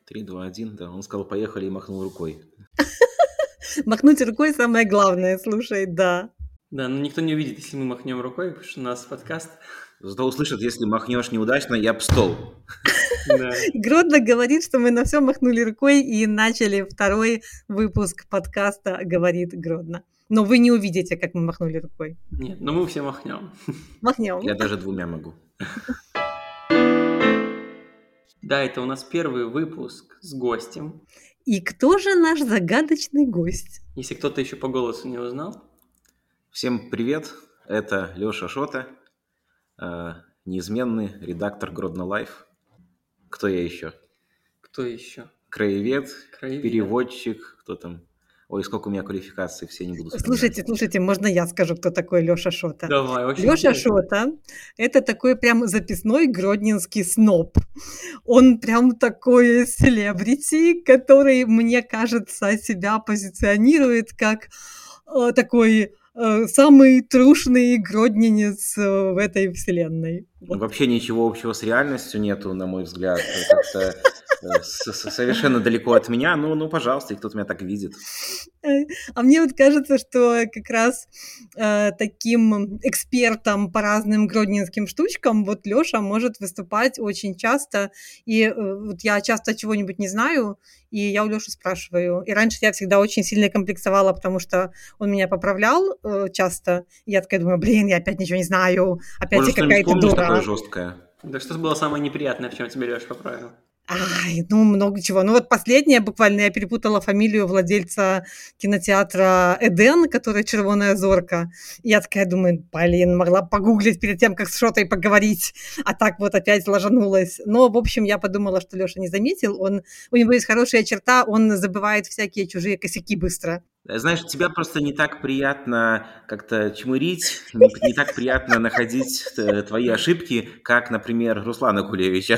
3, 2, 1, да. Он сказал «поехали» и махнул рукой. Махнуть рукой самое главное, слушай, да. Да, но никто не увидит, если мы махнем рукой, потому что у нас подкаст. Зато услышат, если махнешь неудачно, я об стол. Да. Гродно говорит, что мы на все махнули рукой и начали второй выпуск подкаста «Говорит Гродно». Но вы не увидите, как мы махнули рукой. Нет, но мы все махнем. Махнем. Я даже 2 могу. Да, это у нас первый выпуск с гостем. И кто же наш загадочный гость? Если кто-то еще по голосу не узнал. Всем привет, это Леша Шота, неизменный редактор Гродно Лайф. Кто я еще? Кто еще? Краевед, переводчик, кто там? Ой, сколько у меня квалификаций, все не буду вспоминать. Слушайте, можно я скажу, кто такой Леша Шота? Давай, очень Леша интересно. Шота – это такой прям записной гродненский сноб. Он прям такой селебрити, который, мне кажется, себя позиционирует как такой самый трушный гродненец в этой вселенной. Вот. Вообще ничего общего с реальностью нету, на мой взгляд. Как-то совершенно далеко от меня. Ну, пожалуйста, и кто-то меня так видит. А мне вот кажется, что как раз таким экспертом по разным гродненским штучкам вот Лёша может выступать очень часто. И вот я часто чего-нибудь не знаю, и я у Лёши спрашиваю. И раньше я всегда очень сильно комплексовала, потому что он меня поправлял часто. И я такая думаю, блин, я опять ничего не знаю, опять Может, я какая-то помнишь дура. такое жесткое? Да что было самое неприятное, в чем тебя Леша поправил? Ай, ну много чего. Ну вот последнее буквально я перепутала фамилию владельца кинотеатра «Эден», который «Червоная зорка». И я такая думаю, блин, могла погуглить перед тем, как с Шотой поговорить, а так вот опять ложанулась. Но, в общем, я подумала, что Лёша не заметил. У него есть хорошая черта, он забывает всякие чужие косяки быстро. Знаешь, тебя просто не так приятно как-то чмырить, не так приятно находить твои ошибки, как, например, Руслана Кулевича.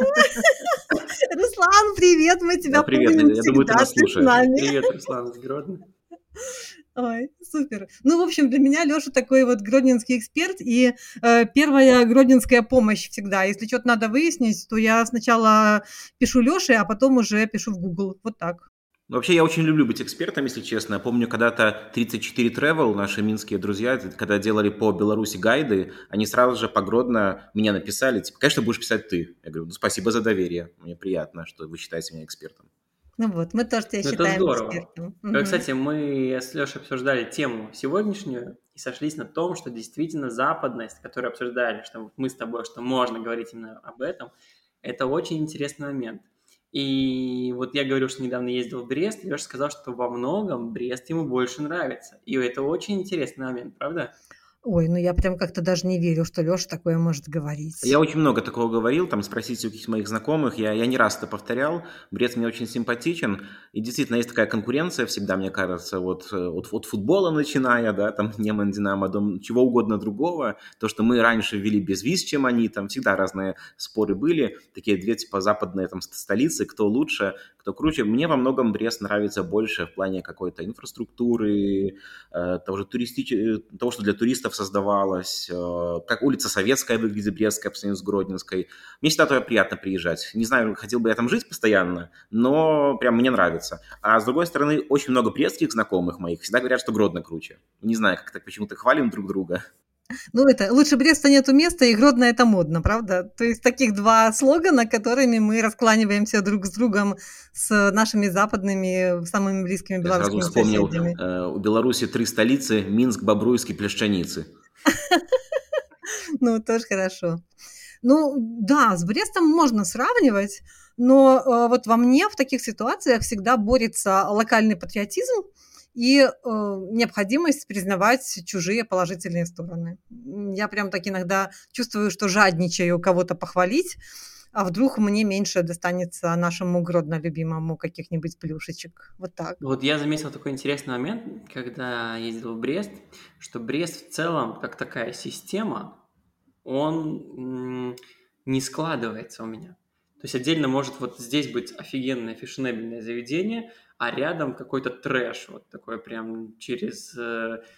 Руслан, привет, мы тебя Привет, помним я думаю, ты всегда, нас ты с слушаешь. нами. Привет, Руслан из Гродно. Ой, супер. Ну, в общем, для меня Лёша такой вот гродненский эксперт и первая гродненская помощь всегда. Если что-то надо выяснить, то я сначала пишу Лёше, а потом уже пишу в Google. Вот так. Вообще, я очень люблю быть экспертом, если честно. Помню, когда-то 34 Travel, наши минские друзья, когда делали по Беларуси гайды, они сразу же погродно меня написали, типа, конечно, будешь писать ты. Я говорю, ну, спасибо за доверие, мне приятно, что вы считаете меня экспертом. Ну вот, мы тоже тебя Это считаем здорово. экспертом. Кстати, мы с Лешей обсуждали тему сегодняшнюю и сошлись на том, что действительно западность, которую обсуждали, что мы с тобой, что можно говорить именно об этом, это очень интересный момент. И вот я говорю, что недавно ездил в Брест, и Леша сказал, что во многом Брест ему больше нравится. И это очень интересный момент, правда? Ой, ну я прям как-то даже не верю, что Лёша такое может говорить. Я очень много такого говорил, там спросите у каких-то моих знакомых, я не раз это повторял, Брест мне очень симпатичен, и действительно есть такая конкуренция всегда, мне кажется, вот от футбола начиная, да, там Неман, Динамо, до чего угодно другого, то, что мы раньше ввели без виз, чем они, там всегда разные споры были, такие две типа западные там столицы, кто лучше, кто круче. Мне во многом Брест нравится больше в плане какой-то инфраструктуры, того, что для туристов создавалось, как улица Советская выглядит, Брестская по сравнению с Гродненской. Мне всегда туда приятно приезжать. Не знаю, хотел бы я там жить постоянно, но прям мне нравится. А с другой стороны, очень много брестских знакомых моих всегда говорят, что Гродно круче. Не знаю, как так почему-то хвалим друг друга. Ну, это лучше Бреста нету места, и Гродно это модно, правда? То есть таких два слогана, которыми мы раскланиваемся друг с другом, с нашими западными, самыми близкими белорусскими Я сразу вспомнил, соседями. у Беларуси 3 столицы: Минск, Бобруйск и Плешчаницы. Ну, тоже хорошо. Ну, да, с Брестом можно сравнивать, но вот во мне в таких ситуациях всегда борется локальный патриотизм и необходимость признавать чужие положительные стороны. Я прям так иногда чувствую, что жадничаю кого-то похвалить, а вдруг мне меньше достанется нашему Гродно любимому каких-нибудь плюшечек. Вот так. Вот я заметил такой интересный момент, когда ездил в Брест, что Брест в целом, как такая система, он не складывается у меня. То есть отдельно может вот здесь быть офигенное фешенебельное заведение, а рядом какой-то трэш, вот такой прям через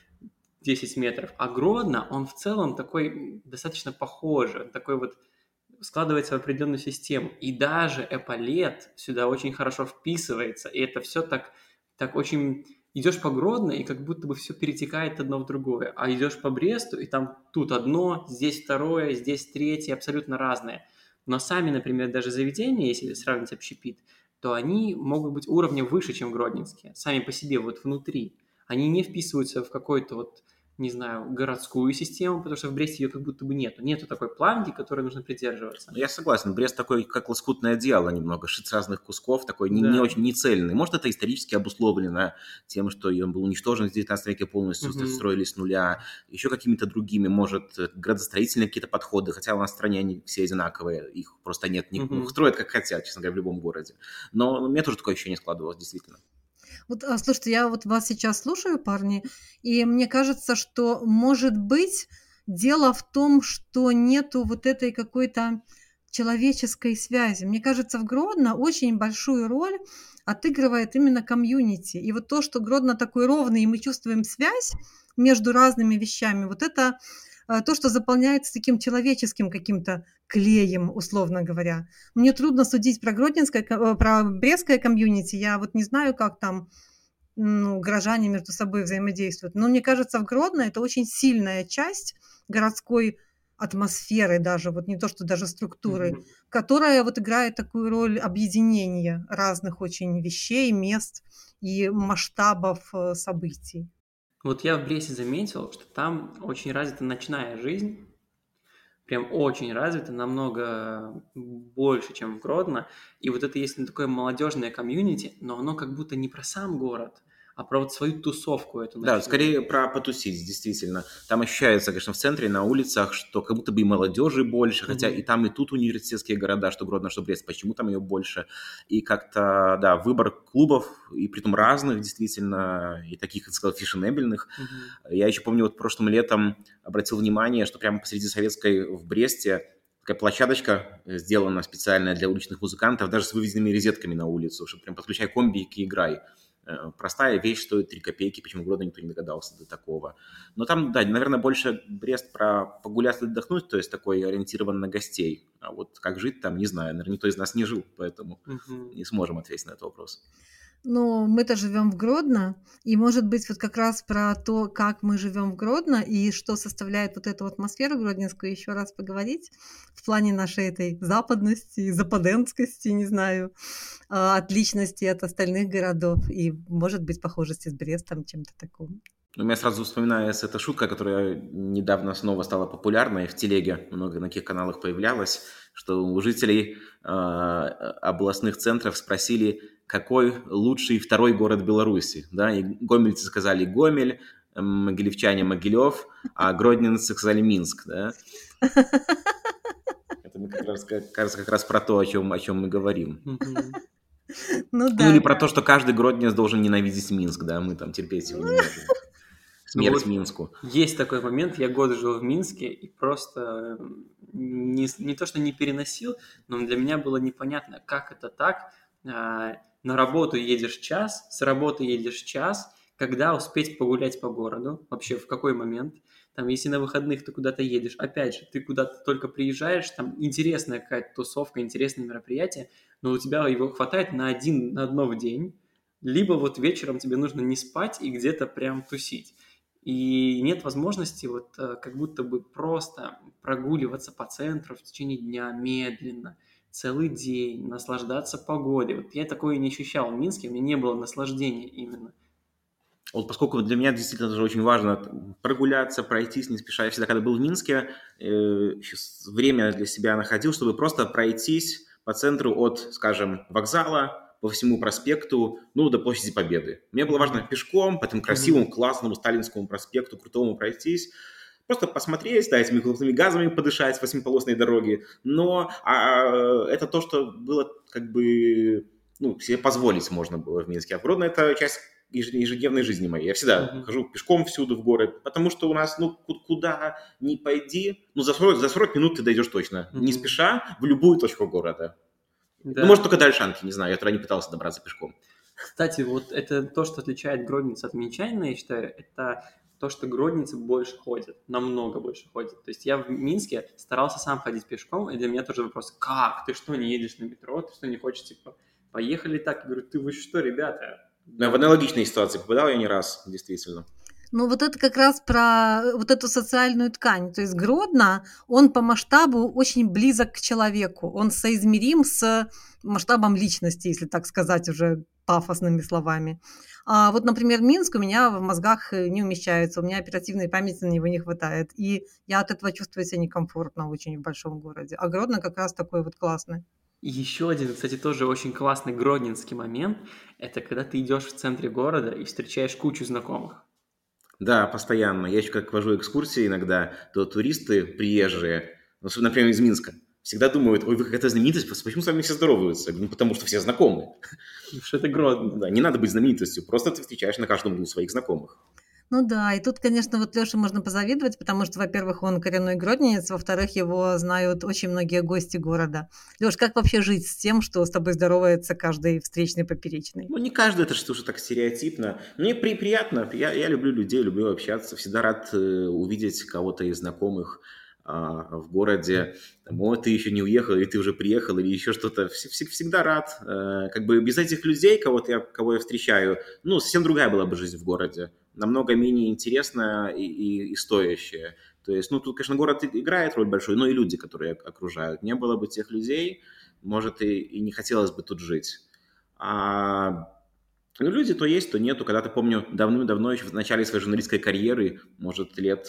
10 метров. А Гродно, он в целом такой достаточно похожий, такой вот складывается в определенную систему. И даже эполет сюда очень хорошо вписывается. И это все так очень... Идешь по Гродно, и как будто бы все перетекает одно в другое. А идешь по Бресту, и там тут одно, здесь второе, здесь третье, абсолютно разное. Но сами, например, даже заведения, если сравнить общепит, то они могут быть уровнем выше, чем гродненские. Сами по себе, вот внутри. Они не вписываются в какой-то вот, не знаю, городскую систему, потому что в Бресте ее как будто бы нету. Нету такой планки, которой нужно придерживаться. Я согласен, Брест такой, как лоскутное одеяло немного, шит с разных кусков, такой не Да. очень нецельный. Может, это исторически обусловлено тем, что он был уничтожен в 19 веке полностью, строили с нуля, еще какими-то другими, может, градостроительные какие-то подходы, хотя у нас в стране они все одинаковые, их просто нет, их строят как хотят, честно говоря, в любом городе. Но у меня тоже такое ощущение складывалось, действительно. Вот, слушайте, я вот вас сейчас слушаю, парни, и мне кажется, что, может быть, дело в том, что нету вот этой какой-то человеческой связи. Мне кажется, в Гродно очень большую роль отыгрывает именно комьюнити. И вот то, что Гродно такой ровный, и мы чувствуем связь между разными вещами, вот это то, что заполняется таким человеческим каким-то клеем, условно говоря. Мне трудно судить про про брестское комьюнити. Я вот не знаю, как там горожане между собой взаимодействуют. Но мне кажется, в Гродно это очень сильная часть городской атмосферы даже, вот не то, что даже структуры, которая вот играет такую роль объединения разных очень вещей, мест и масштабов событий. Вот я в Бресте заметил, что там очень развита ночная жизнь, прям очень развита, намного больше, чем в Гродно. И вот это есть такое молодежное комьюнити, но оно как будто не про сам город, а про вот свою тусовку эту ночную. Да, скорее про потусить, действительно. Там ощущается, конечно, в центре, на улицах, что как будто бы и молодежи больше, хотя и там, и тут университетские города, что Гродно, что Брест, почему там ее больше. И как-то, да, выбор клубов, и притом разных, действительно, и таких, как сказал, фешенебельных. Я еще помню, вот прошлым летом обратил внимание, что прямо посреди Советской в Бресте такая площадочка сделана специальная для уличных музыкантов, даже с выведенными розетками на улицу, чтобы прям подключай комбики и играй. Простая вещь, стоит 3 копейки, почему в Гродно никто не догадался до такого. Но там, да, наверное, больше Брест про погулять и отдохнуть, то есть такой ориентирован на гостей. А вот как жить там, не знаю, наверное, никто из нас не жил, поэтому не сможем ответить на этот вопрос. Но мы-то живем в Гродно, и, может быть, вот как раз про то, как мы живем в Гродно и что составляет вот эту атмосферу гродненскую, еще раз поговорить в плане нашей этой западности, западенскости, не знаю, отличности от остальных городов и, может быть, похожести с Брестом, чем-то таким. У меня сразу вспоминается эта шутка, которая недавно снова стала популярной в телеге, много на каких каналах появлялась, что у жителей областных центров спросили, какой лучший второй город Беларуси. Да? И гомельцы сказали Гомель, могилевчане Могилев, а гродненцы сказали Минск. Да? Это, кажется, как раз про то, о чем мы говорим. Ну да. Или про то, что каждый гродненец должен ненавидеть Минск, да, мы там терпеть его не можем. Смерть Минску. Есть такой момент, я год жил в Минске и просто не то, что не переносил, но для меня было непонятно, как это так. На работу едешь час, с работы едешь час, когда успеть погулять по городу, вообще в какой момент. Там, если на выходных ты куда-то едешь, опять же, ты куда-то только приезжаешь, там интересная какая-то тусовка, интересное мероприятие, но у тебя его хватает на одно в день, либо вот вечером тебе нужно не спать и где-то прям тусить. И нет возможности вот как будто бы просто прогуливаться по центру в течение дня медленно, целый день, наслаждаться погодой. Вот я такое не ощущал в Минске, у меня не было наслаждения именно. Вот поскольку для меня действительно тоже очень важно прогуляться, пройтись не спеша. Я всегда, когда был в Минске, время для себя находил, чтобы просто пройтись по центру от, скажем, вокзала по всему проспекту, до площади Победы. Мне было важно пешком по этому красивому, классному Сталинскому проспекту, крутому пройтись, просто посмотреть, да, этими выхлопными газами подышать с восьмиполосной дороги. Но это то, что было как бы, себе позволить можно было в Минске. А в Гродно это часть ежедневной жизни моей. Я всегда хожу пешком всюду в город, потому что у нас, куда ни пойди, за 40 минут ты дойдешь точно, не спеша, в любую точку города. Да. Может, только до Ольшанки, не знаю, я туда не пытался добраться пешком. Кстати, вот это то, что отличает Гродненец от минчанина, я считаю, это то, что гродницы больше ходят, намного больше ходят. То есть я в Минске старался сам ходить пешком, и для меня тоже вопрос, как? Ты что, не едешь на метро? Ты что, не хочешь, типа, поехали так? Я говорю, вы что, ребята? В аналогичные ситуации попадал я не раз, действительно. Ну, вот это как раз про вот эту социальную ткань. То есть Гродно, он по масштабу очень близок к человеку. Он соизмерим с масштабом личности, если так сказать уже пафосными словами. А вот, например, Минск у меня в мозгах не умещается, у меня оперативной памяти на него не хватает. И я от этого чувствую себя некомфортно очень в большом городе. А Гродно как раз такой вот классный. И еще один, кстати, тоже очень классный гродненский момент, это когда ты идешь в центре города и встречаешь кучу знакомых. Да, постоянно. Я еще как вожу экскурсии иногда, то туристы приезжие, например, из Минска, всегда думают, ой, вы какая-то знаменитость, почему с вами все здороваются? Ну, потому что все знакомы. Потому что это Гродно. Да, не надо быть знаменитостью, просто ты встречаешь на каждом углу своих знакомых. Ну да, и тут, конечно, вот Лёше можно позавидовать, потому что, во-первых, он коренной гродненец, во-вторых, его знают очень многие гости города. Лёш, как вообще жить с тем, что с тобой здоровается каждый встречный поперечный? Ну, не каждый, это что же так стереотипно. Мне приятно, я люблю людей, люблю общаться, всегда рад увидеть кого-то из знакомых в городе. Там, о, ты еще не уехал, или ты уже приехал, или еще что-то. Всегда рад. Как бы без этих людей, кого я встречаю, ну, совсем другая была бы жизнь в городе. Намного менее интересная и стоящая. То есть, ну, тут, конечно, город играет роль большую, но и люди, которые окружают. Не было бы тех людей, может, и не хотелось бы тут жить. Ну, люди то есть, то нету. Когда-то, помню, давным-давно, еще в начале своей журналистской карьеры, может, лет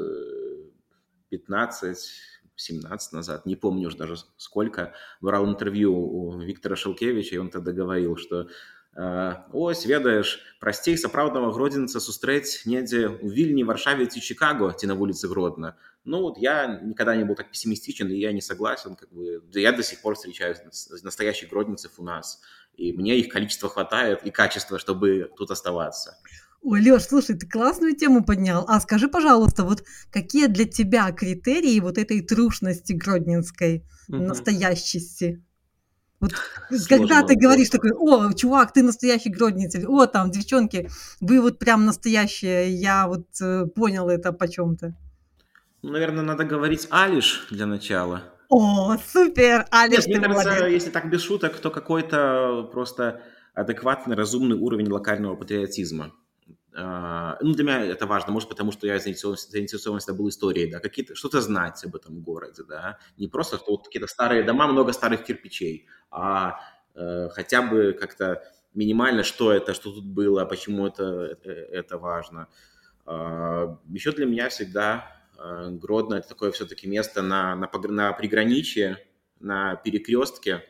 15-17 назад, не помню уже даже сколько, брал интервью у Виктора Шелкевича, и он тогда говорил, что «Ось, ведаеш, прасцей сапраўднага гродзенца сустрэць недзе у Вильне, Варшаве ці Чикаго, ці на улице Гродно». Ну вот я никогда не был так пессимистичен, и я не согласен. Как бы, да я до сих пор встречаю настоящих гродненцев у нас, и мне их количества хватает и качества, чтобы тут оставаться. Ой, Лёш, слушай, ты классную тему поднял. А скажи, пожалуйста, вот какие для тебя критерии вот этой трушности гродненской, настоящести? Вот когда ты говоришь такой, о, чувак, ты настоящий гродненец, о, там, девчонки, вы вот прям настоящие, я вот понял это почем-то. Ну, наверное, надо говорить «Алиш» для начала. О, супер, Алиш, Нет, ты мне кажется, молодец. если так без шуток, то какой-то просто адекватный, разумный уровень локального патриотизма. Ну, для меня это важно, может, потому что я заинтересован всегда был историей, да, что-то знать об этом городе, да, не просто, что вот какие-то старые дома, много старых кирпичей, а хотя бы как-то минимально, что тут было, почему это важно. Еще для меня всегда Гродно – это такое все-таки место на приграничье, на перекрестке.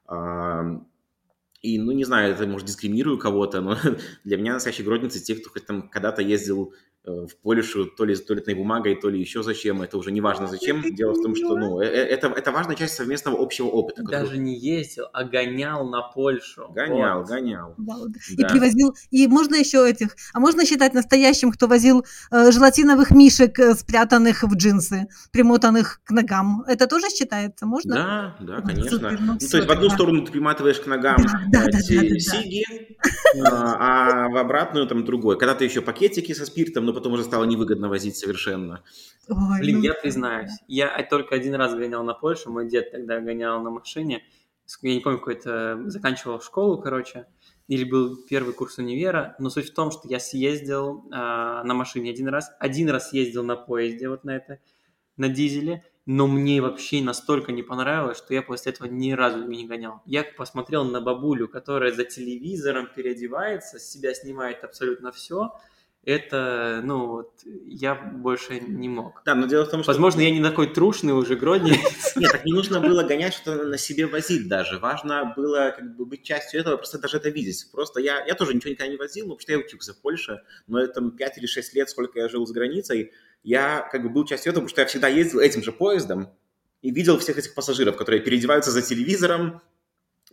И, ну, не знаю, это, может, дискриминирую кого-то, но для меня настоящие гродненцы те, кто хоть там когда-то ездил в Польшу то ли с туалетной бумагой, то ли еще зачем, это уже не важно зачем. Дело в том, что, ну, это важная часть совместного общего опыта. Даже не ездил, а гонял на Польшу. Гонял. Да. И привозил, и можно еще а можно считать настоящим, кто возил желатиновых мишек, спрятанных в джинсы, примотанных к ногам. Это тоже считается, можно? Да, конечно. Супер, ну, то есть в одну сторону ты приматываешь к ногам сиги, а в обратную там другой. Когда-то еще пакетики со спиртом, но потом уже стало невыгодно возить совершенно. Ой, блин, я признаюсь, я только один раз гонял на Польшу, мой дед тогда гонял на машине, я не помню, какой-то, заканчивал школу, короче, или был первый курс универа, но суть в том, что я съездил на машине один раз ездил на поезде вот на дизеле, но мне вообще настолько не понравилось, что я после этого ни разу не гонял. Я посмотрел на бабулю, которая за телевизором переодевается, с себя снимает абсолютно все. Это, ну, вот, я больше не мог. Да, но дело в том, что... Возможно, я не такой трушный уже гродненец. Нет, так не нужно было гонять, что на себе возить даже. Важно было как бы быть частью этого, просто даже это видеть. Просто я тоже ничего никогда не возил, потому что я учился в Польше, но это 5 или 6 лет, сколько я жил за границей, я как бы был частью этого, потому что я всегда ездил этим же поездом и видел всех этих пассажиров, которые переодеваются за телевизором,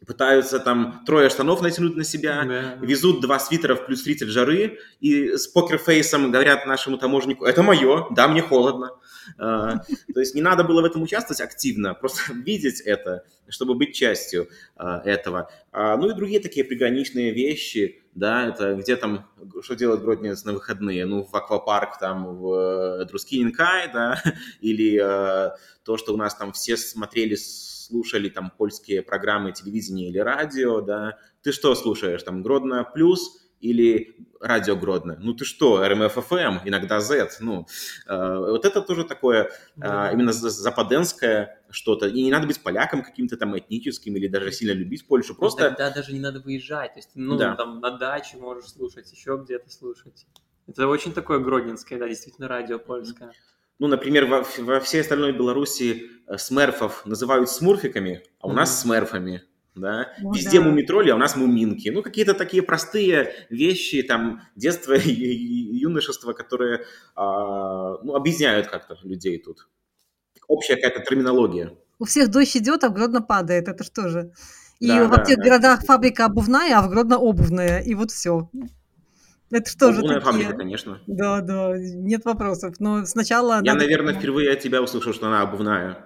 пытаются там 3 штанов натянуть на себя, Да. везут 2 свитера в плюс 30 жары и с покерфейсом говорят нашему таможеннику: это мое, да, мне холодно. То есть не надо было в этом участвовать активно, просто видеть это, чтобы быть частью этого. Ну и другие такие приграничные вещи, да, это где там, что делать гроднец на выходные? Ну, в аквапарк, там, в Друскинин-Кай, да, или то, что у нас там все смотрели, слушали там польские программы телевидения или радио, да. Ты что слушаешь, там, Гродно Плюс или радио Гродно? Ну ты что, РМФ-ФМ, иногда Z, ну. Вот это тоже такое именно западенское что-то. И не надо быть поляком каким-то там этническим или даже сильно любить Польшу, просто... Иногда даже не надо выезжать, то есть, ну, Да. там, на даче можешь слушать, еще где-то слушать. Это очень такое гродненское, да, действительно, радио польское. Ну, например, во всей остальной Беларуси смерфов называют смурфиками, а у нас смерфами, да. Ну Везде да. мумитроли, а у нас муминки. Ну, какие-то такие простые вещи, там, детство и юношество, которые, ну, объединяют как-то людей тут. Общая какая-то терминология. У всех дождь идет, а в Гродно падает. Это что же? И Да, во да, всех да. городах фабрика обувная, а в Гродно обувная. И вот все. Это что же Обувная такие? фабрика, конечно. Да, да, нет вопросов. Но сначала Я, надо... наверное, впервые от тебя услышал, что она обувная.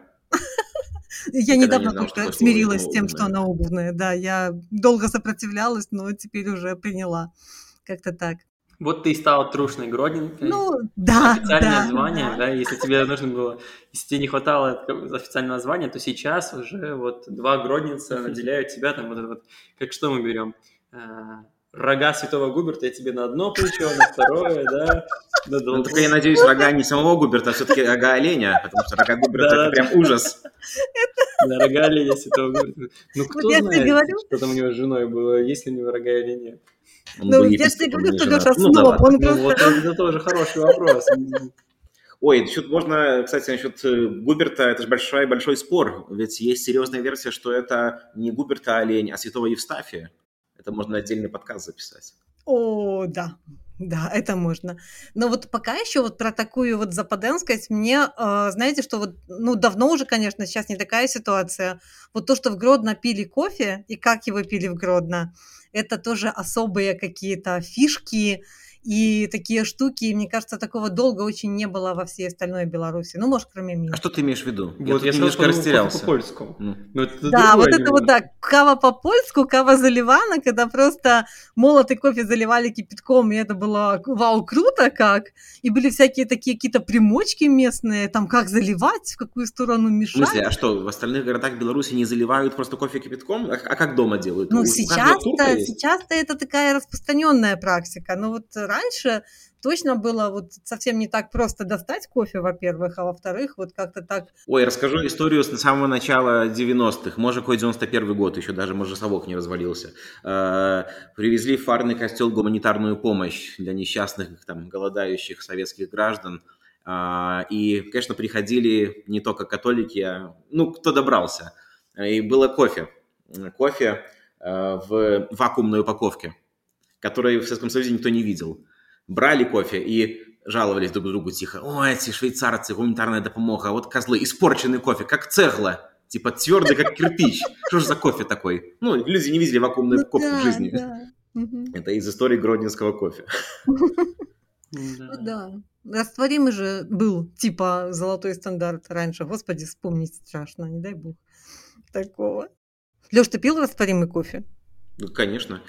Я Никогда не недавно знал, что только такое слово смирилась с тем, что обувная. она обувная. Да, я долго сопротивлялась, но теперь уже приняла. Как-то так. Вот ты и стала трушной гродненкой. Ну, да, Официальное да, звание, да. да, если тебе нужно было, если тебе не хватало официального звания, то сейчас уже вот 2 гродница наделяют тебя там вот это вот, как что мы берем? Рога святого Губерта я тебе на одно плечо, на второе, да, на Ну, другое. только я надеюсь, рога не самого Губерта, а все-таки рога оленя, потому что рога Губерта это прям ужас. Да, рога оленя святого Губерта. Ну, Вот кто я тебе знает, говорю, что там у него с женой было, есть ли у него рога или нет. Он ну, был я же тебе епископом, говорю, не что женат. Леша Ну да сноб, ладно. он Ну, просто... вот это тоже хороший вопрос. Ой, насчет можно, кстати, насчет Губерта, это же большой спор, ведь есть серьезная версия, что это не Губерта олень, а святого Евстафия. Это можно отдельный подкаст записать. О, да, да, это можно. Но вот пока еще вот про такую вот западенскость мне, знаете, что вот, ну, давно уже, конечно, сейчас не такая ситуация. Вот то, что в Гродно пили кофе и как его пили в Гродно, это тоже особые какие-то фишки и такие штуки. И мне кажется, такого долго очень не было во всей остальной Беларуси. Ну, может, кроме А Минска. что ты имеешь в виду? Вот, тут я сразу немножко подумал, кофе растерялся. по-польскому. Ну. Но это Да, вот другое это вот, немного. да, кава по-польску, кава заливана, когда просто молотый кофе заливали кипятком, и это было вау, круто как. И были всякие такие какие-то примочки местные, там как заливать, в какую сторону В мешать. смысле, а что, в остальных городах Беларуси не заливают просто кофе кипятком? А как дома делают? Ну, У каждого турка сейчас-то, есть? сейчас-то это такая распространенная практика. Но вот раньше точно было вот совсем не так просто достать кофе, во-первых, а во-вторых, вот как-то так. Ой, расскажу историю с самого начала 90-х. Может, какой 91-й год, еще даже, может, совок не развалился. Привезли в Фарный костел гуманитарную помощь для несчастных, там, голодающих советских граждан. И, конечно, приходили не только католики, ну, кто добрался. И было кофе. Кофе в вакуумной упаковке, который в Советском Союзе никто не видел. Брали кофе и жаловались друг другу тихо. Ой, эти швейцарцы, гуманитарная допомога, вот козлы, испорченный кофе, как цегла, типа твердый, как кирпич. Что же за кофе такой? Ну, люди не видели вакуумную упаковку в жизни. Да. Это из истории гродненского кофе. Ну да. Растворимый же был, типа, золотой стандарт раньше. Господи, вспомнить страшно, не дай бог такого. Лёш, ты пил растворимый кофе? Ну, конечно.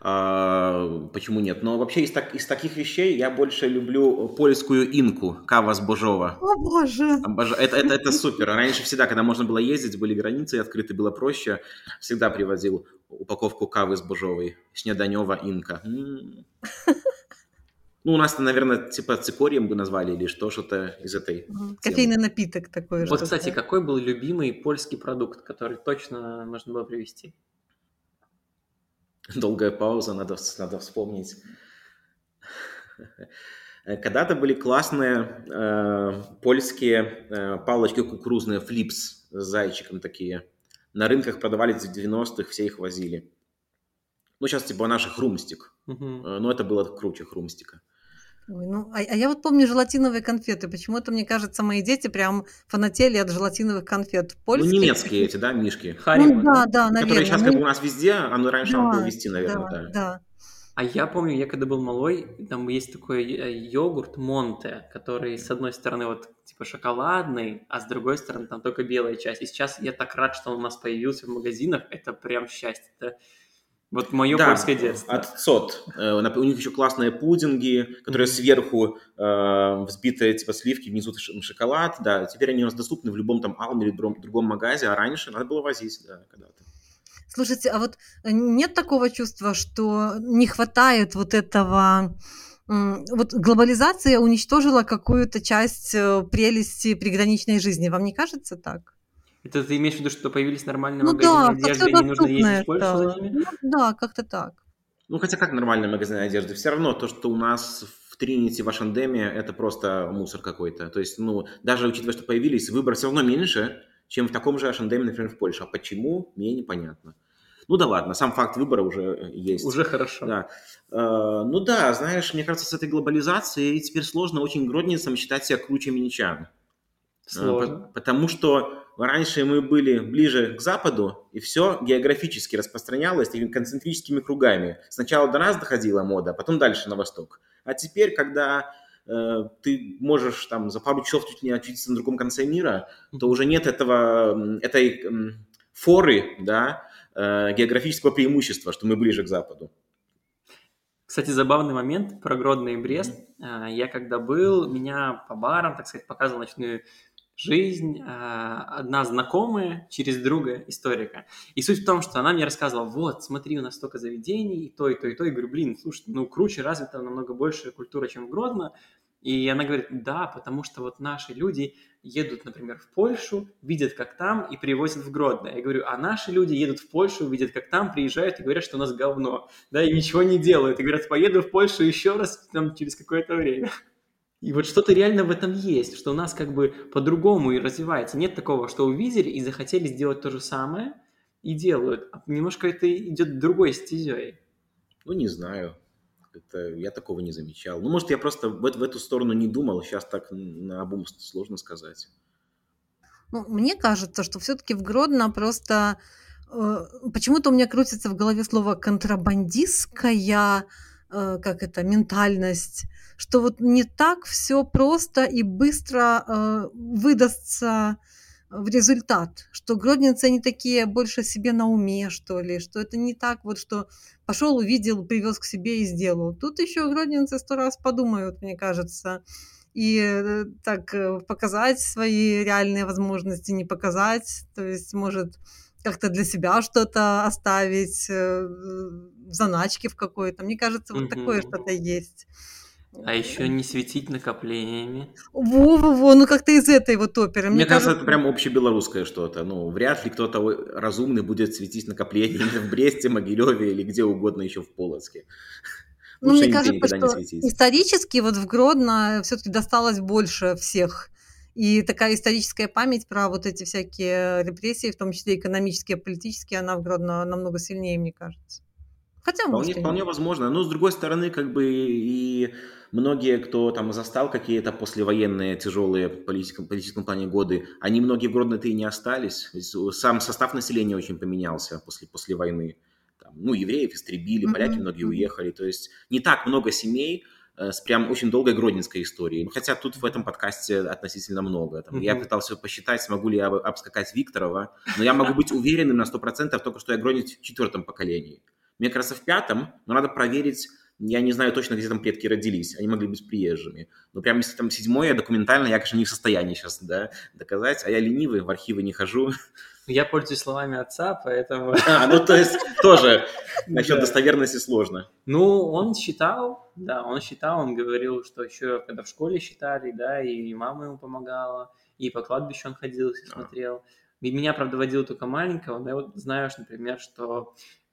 Почему нет? Но вообще из таких вещей я больше люблю польскую инку, кава с Божова. О, боже! Это супер. Раньше всегда, когда можно было ездить, были границы открыты, было проще, всегда привозил упаковку кавы с Божовой, снеданева инка. Ну, у нас-то, наверное, типа цикорием бы назвали или что-то из этой Кофейный напиток такой. Вот, кстати, какой был любимый польский продукт, который точно можно было привезти? Долгая пауза, надо вспомнить. Когда-то были классные польские палочки кукурузные, флипс с зайчиком такие. На рынках продавались в 90-х, все их возили. Ну, сейчас типа наших хрумстик. Но это было круче хрумстика. Ой, ну, а я вот помню желатиновые конфеты. Почему-то, мне кажется, мои дети прям фанатели от желатиновых конфет. Ну, Польских немецкие таких. эти, да, мишки. Ну Харибо, да, да? да, Ну, которые наверное. сейчас как бы у нас везде, а ну раньше надо было Да, везти, да, наверное, да. да. А я помню, я когда был малой, там есть такой йогурт Монте, который с одной стороны вот типа шоколадный, а с другой стороны там только белая часть. И сейчас я так рад, что он у нас появился в магазинах. Это прям счастье. Это вот мое Да, польское детство. от ЦОТ. У них еще классные пудинги, которые Мгм. сверху взбитые типа сливки, внизу шоколад. Да, теперь они у нас доступны в любом там Алме или другом магазе, а раньше надо было возить, да, когда-то. Слушайте, а вот нет такого чувства, что не хватает вот этого... Вот глобализация уничтожила какую-то часть прелести приграничной жизни. Вам не кажется так? Это ты имеешь в виду, что появились нормальные Ну магазины да, что все одежды, и не нужно ездить в доступное Польшу за стало. ними? Ну да, как-то так. Ну, хотя как нормальные магазины одежды? Все равно то, что у нас в Тринити, в Ашандеме, это просто мусор какой-то. То есть, ну, даже учитывая, что появились, выбор все равно меньше, чем в таком же Ашандеме, например, в Польше. А почему, мне непонятно. Ну да ладно, сам факт выбора уже есть. Уже хорошо. Да. Ну да, знаешь, мне кажется, с этой глобализацией теперь сложно очень гродницам считать себя круче минчан. Сложно. Потому что раньше мы были ближе к западу, и все географически распространялось такими концентрическими кругами. Сначала до нас доходила мода, потом дальше на восток. А теперь, когда ты можешь там за пару часов чуть не очутиться на другом конце мира, то уже нет этой форы, да, географического преимущества, что мы ближе к западу. Кстати, забавный момент про Гродно и Брест. Мгм. Я когда был, меня по барам, так сказать, показывал ночную жизнь одна знакомая через друга историка. И суть в том, что она мне рассказывала, вот, смотри, у нас столько заведений, и то, и то, и то. И говорю, блин, слушай, ну, круче, развита намного больше культура, чем в Гродно. И она говорит, да, потому что вот наши люди едут, например, в Польшу, видят, как там, и привозят в Гродно. Я говорю, а наши люди едут в Польшу, видят, как там, приезжают и говорят, что у нас говно, да, и ничего не делают. И говорят, поеду в Польшу еще раз там через какое-то время. И вот что-то реально в этом есть, что у нас как бы по-другому и развивается. Нет такого, что увидели и захотели сделать то же самое, и делают. А немножко это идет другой стезей. Ну, не знаю. Я такого не замечал. Ну, может, я просто в эту сторону не думал. Сейчас так наобум сложно сказать. Ну, мне кажется, что все-таки в Гродно просто почему-то у меня крутится в голове слово контрабандистская, как это, ментальность, что вот не так все просто и быстро выдастся в результат, что гродненцы они такие больше себе на уме, что ли, что это не так вот, что пошел, увидел, привез к себе и сделал. Тут еще гродненцы 100 раз подумают, мне кажется, и так показать свои реальные возможности, не показать, то есть может как-то для себя что-то оставить, заначки в какой-то. Мне кажется, вот такое Мгм. что-то есть. А еще не светить накоплениями. Во-во-во, ну как-то из этой вот оперы. Мне Мне кажется, кажется, это прям общебелорусское что-то. Ну, вряд ли кто-то разумный будет светить накоплениями в Бресте, Могилеве или где угодно еще в Полоцке. ну, Лучше мне нигде кажется, никогда не что светить. исторически вот в Гродно все-таки досталось больше всех. И такая историческая память про вот эти всякие репрессии, в том числе экономические, политические, она в Гродно намного сильнее, мне кажется. Хотя, Вполне, может, и нет. вполне возможно. Но, с другой стороны, как бы и многие, кто там застал какие-то послевоенные тяжелые в политическом плане годы, они многие в Гродно-то и не остались. Ведь сам состав населения очень поменялся после войны. Там, ну, евреев истребили, поляки Мгм, многие мгм. уехали. То есть не так много семей с прям очень долгой гродненской историей. Ну, хотя тут в этом подкасте относительно много. Там, я Мгм. пытался посчитать, смогу ли я обскакать Викторова, но я могу быть уверенным на 100% только, что я гроднец в 4-м поколении. Мне кажется, в 5-м, но надо проверить, я не знаю точно, где там предки родились, они могли быть приезжими. Но прям если там 7-е, документально я, конечно, не в состоянии сейчас, да, доказать, а я ленивый, в архивы не хожу. Я пользуюсь словами отца, поэтому... Ну то есть тоже насчет Да. достоверности сложно. Ну, он считал, да, он говорил, что еще когда в школе считали, да, и мама ему помогала, и по кладбищу он ходил, все А, смотрел. И меня, правда, водил только маленького, но я вот знаешь, например, что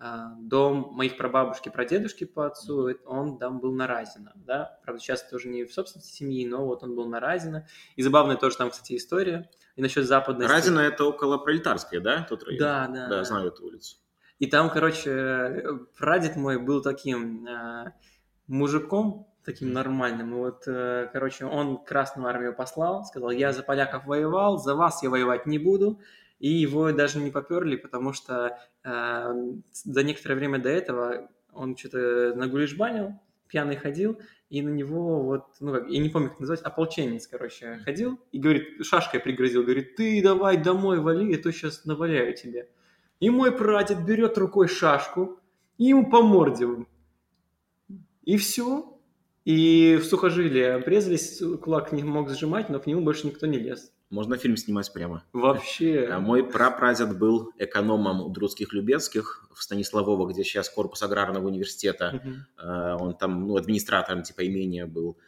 дом моих прабабушки, прадедушки по отцу, он там был на Разино, да, правда, сейчас тоже не в собственности семьи, но вот он был на Разино. И забавная тоже там, кстати, история. И насчет западности. Разино это около Пролетарской, да, тот район? Да, да, Да, да. знаю эту улицу. И там, короче, прадед мой был таким мужиком, таким нормальным. И вот, короче, он Красную Армию послал, сказал, я за поляков воевал, за вас я воевать не буду. И его даже не поперли, потому что за некоторое время до этого он что-то нагулежбанил, пьяный ходил, и на него вот, ну как, я не помню, как называть, ополченец, короче, ходил и говорит, шашкой пригрозил, говорит, ты давай домой вали, я то сейчас наваляю тебе. И мой прадед берет рукой шашку и ему по морде. И все. И в сухожилие обрезались, кулак не мог сжимать, но к нему больше никто не лез. Можно фильм снимать прямо. Вообще. Мой прапрадед был экономом у Друцких-Любецких в Станиславово, где сейчас корпус аграрного университета. Он там, ну, администратором типа имения был.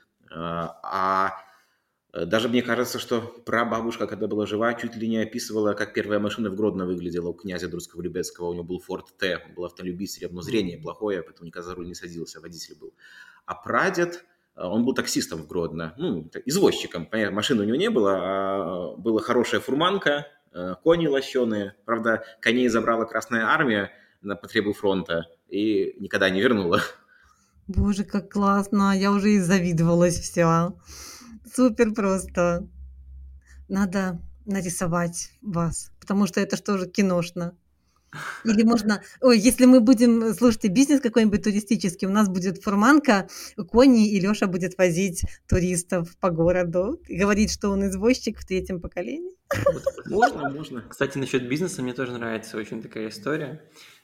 А даже мне кажется, что прабабушка, когда была жива, чуть ли не описывала, как первая машина в Гродно выглядела у князя Друцкого-Любецкого. У него был Форд Т, он был автолюбителем, но зрение плохое, поэтому никогда за руль не садился, водитель был. А прадед, он был таксистом в Гродно, ну, извозчиком. Понятно, машины у него не было, а была хорошая фурманка, кони лощеные. Правда, коней забрала Красная Армия на потребу фронта и никогда не вернула. Боже, как классно, я уже и завидовалась вся. Супер просто. Надо нарисовать вас, потому что это ж тоже киношно. Или можно... Ой, если мы будем, слушайте, бизнес какой-нибудь туристический, у нас будет фурманка, кони, и Лёша будет возить туристов по городу и говорить, что он извозчик в 3-м поколении. Можно. Кстати, насчет бизнеса мне тоже нравится очень такая история.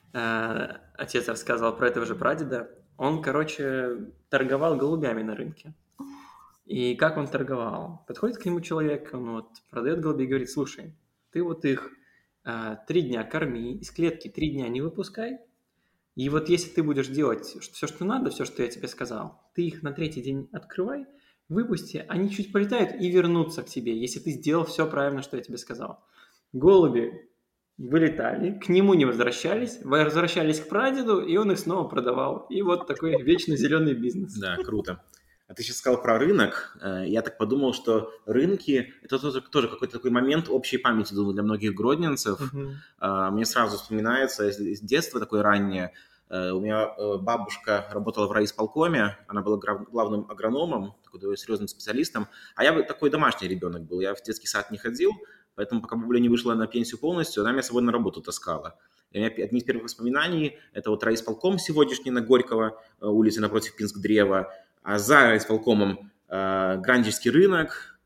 Отец рассказывал про этого же прадеда. Он, короче, торговал голубями на рынке. И как он торговал? Подходит к нему человек, он вот продает голубей и говорит, слушай, ты вот их 3 дня корми, из клетки 3 дня не выпускай. И вот если ты будешь делать все, что надо, все, что я тебе сказал, ты их на 3-й день открывай, выпусти, они чуть полетают и вернутся к тебе, если ты сделал все правильно, что я тебе сказал. Голуби вылетали, к нему не возвращались к прадеду, и он их снова продавал. И вот такой вечно зеленый бизнес. Да, круто. А ты сейчас сказал про рынок. Я так подумал, что рынки – это тоже какой-то такой момент общей памяти, думаю, для многих гродненцев. Мне сразу вспоминается с детства такое раннее. У меня бабушка работала в райисполкоме, она была главным агрономом, такой серьезным специалистом. А я такой домашний ребенок был, я в детский сад не ходил, поэтому пока бабуля не вышла на пенсию полностью, она меня с собой на работу таскала. И у меня одни из первых воспоминаний – это вот райисполком сегодняшний на Горького, улице напротив Пинск-Древа. А за райисполкомом Грандический рынок,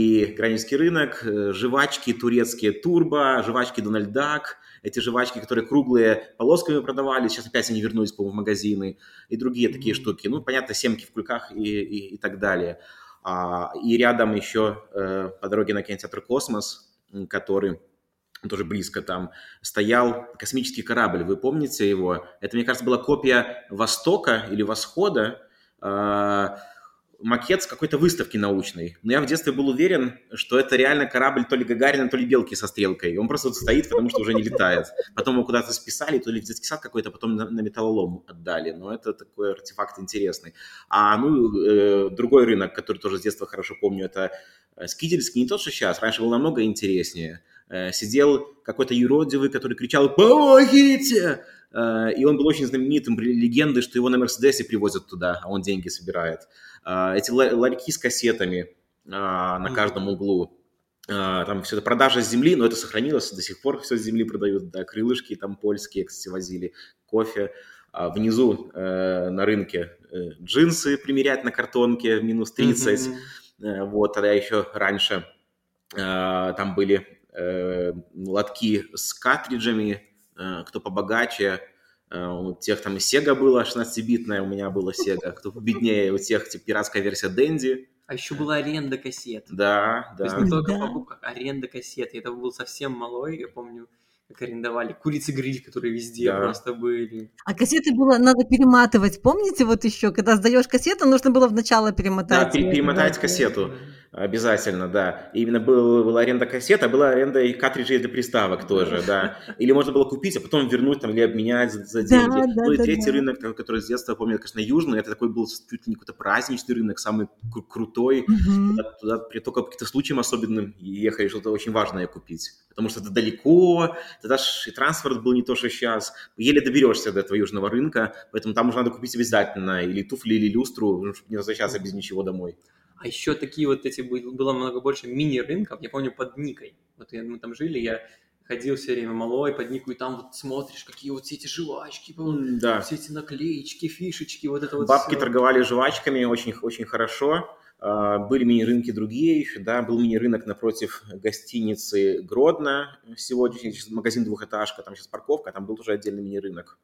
жвачки турецкие Турбо, жвачки Дональд Дак, эти жвачки, которые круглые полосками продавали, сейчас опять они вернулись, по-моему, в магазины, и другие такие штуки. Ну, понятно, семки в кульках и так далее. И рядом еще по дороге на кинотеатр «Космос», который тоже близко там, стоял космический корабль. Вы помните его? Это, мне кажется, была копия «Востока» или «Восхода», макет с какой-то выставки научной. Но я в детстве был уверен, что это реально корабль то ли Гагарина, то ли Белки со стрелкой. Он просто вот стоит, потому что уже не летает. Потом его куда-то списали, то ли в детский сад какой-то, потом на металлолом отдали. Но это такой артефакт интересный. Другой рынок, который тоже с детства хорошо помню, это Скидельский, не тот, что сейчас. Раньше был намного интереснее. Сидел какой-то юродивый, который кричал «Помогите!» И он был очень знаменитым, легендой, что его на Мерседесе привозят туда, а он деньги собирает. Эти ларьки с кассетами на каждом углу. Там все это продажа с земли, но это сохранилось, до сих пор все с земли продают. Да, крылышки там польские, кстати, возили, кофе. Внизу на рынке джинсы примерять на картонке, минус 30. Вот, тогда еще раньше там были лотки с картриджами, кто побогаче, у тех там и Sega была 16-битная, у меня была Sega, кто победнее, у тех типа пиратская версия Dendy. А еще была аренда кассет. Да. То есть не только покупка, аренда кассет. Я был совсем малой, я помню, как арендовали курицы-гриль, которые везде просто были. А кассеты надо перематывать. Помните, вот еще, когда сдаешь кассету, нужно было в начало перемотать. Да, перемотать кассету. Обязательно, да. И именно была аренда кассет, а была аренда и картриджей для приставок тоже, да. Или можно было купить, а потом вернуть там, или обменять за Да, деньги. да, Ну и да, третий да. рынок, который с детства помню, это, конечно, Южный. Это такой был чуть ли не какой-то праздничный рынок, самый крутой. Мгм. Туда только по каким-то случаям особенным ехали, что-то очень важное купить. Потому что это далеко, тогда ж и транспорт был не то, что сейчас. Еле доберешься до этого Южного рынка, поэтому там уже надо купить обязательно или туфли, или люстру, чтобы не возвращаться без ничего домой. А еще такие вот эти было много больше мини-рынков. Я помню под Никой. Вот мы там жили, я ходил все время малой под Нику, и там вот смотришь, какие вот все эти жвачки, Да. все эти наклеечки, фишечки, вот это вот Бабки все. торговали жвачками очень, очень хорошо. Были мини-рынки другие еще, да. Был мини-рынок напротив гостиницы Гродно сегодня, сейчас магазин двухэтажка, там сейчас парковка, там был тоже отдельный мини-рынок.